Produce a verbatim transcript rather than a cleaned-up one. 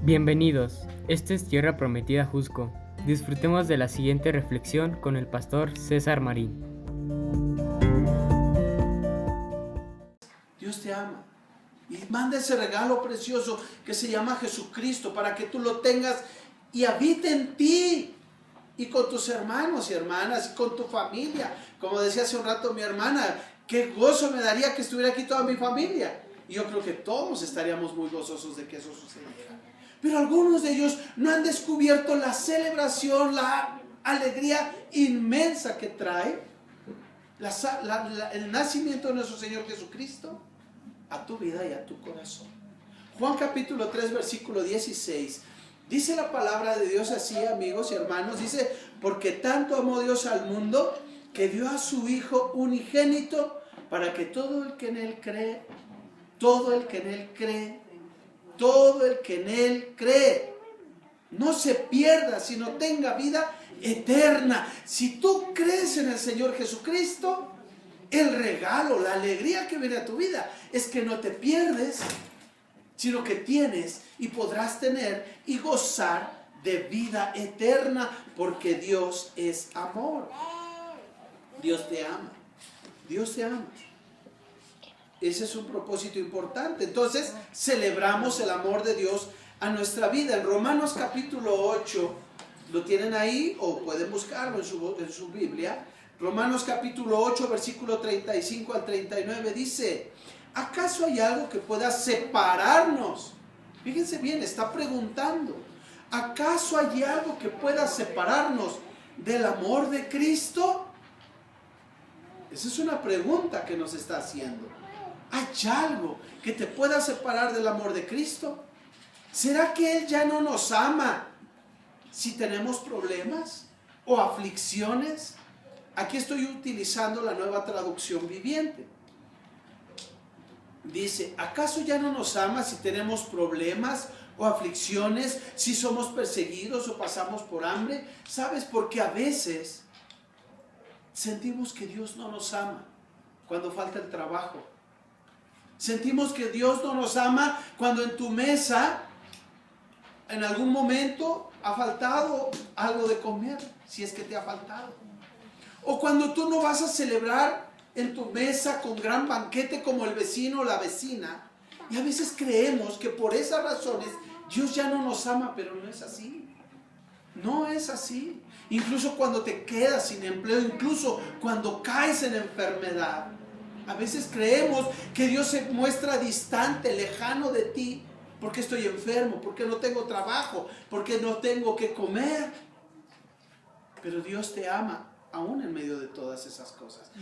Bienvenidos, esto es Tierra Prometida Jusco. Disfrutemos de la siguiente reflexión con el pastor César Marín. Dios te ama y manda ese regalo precioso que se llama Jesucristo para que tú lo tengas y habite en ti y con tus hermanos y hermanas y con tu familia. Como decía hace un rato mi hermana, qué gozo me daría que estuviera aquí toda mi familia. Y yo creo que todos estaríamos muy gozosos de que eso sucediera. Pero algunos de ellos no han descubierto la celebración, la alegría inmensa que trae la, la, la, el nacimiento de nuestro Señor Jesucristo a tu vida y a tu corazón. Juan capítulo tres versículo dieciséis dice la palabra de Dios así, amigos y hermanos, dice: porque tanto amó Dios al mundo que dio a su Hijo unigénito para que todo el que en él cree, todo el que en él cree, todo el que en él cree, no se pierda, sino tenga vida eterna. Si tú crees en el Señor Jesucristo, el regalo, la alegría que viene a tu vida es que no te pierdes, sino que tienes y podrás tener y gozar de vida eterna, porque Dios es amor. Dios te ama. Dios te ama. Ese es un propósito importante. Entonces, celebramos el amor de Dios a nuestra vida. En Romanos capítulo ocho, ¿lo tienen ahí? O pueden buscarlo en su, en su Biblia. Romanos capítulo ocho, versículo treinta y cinco al treinta y nueve dice: ¿acaso hay algo que pueda separarnos? Fíjense bien, está preguntando: ¿acaso hay algo que pueda separarnos del amor de Cristo? Esa es una pregunta que nos está haciendo. ¿Hay algo que te pueda separar del amor de Cristo? ¿Será que Él ya no nos ama si tenemos problemas o aflicciones? Aquí estoy utilizando la Nueva Traducción Viviente. Dice: ¿acaso ya no nos ama si tenemos problemas o aflicciones, si somos perseguidos o pasamos por hambre? ¿Sabes? Porque a veces sentimos que Dios no nos ama cuando falta el trabajo. Sentimos que Dios no nos ama cuando en tu mesa en algún momento ha faltado algo de comer, si es que te ha faltado. O cuando tú no vas a celebrar en tu mesa con gran banquete como el vecino o la vecina. Y a veces creemos que por esas razones Dios ya no nos ama, pero no es así. No es así. Incluso cuando te quedas sin empleo, incluso cuando caes en enfermedad, a veces creemos que Dios se muestra distante, lejano de ti, porque estoy enfermo, porque no tengo trabajo, porque no tengo que comer. Pero Dios te ama aún en medio de todas esas cosas.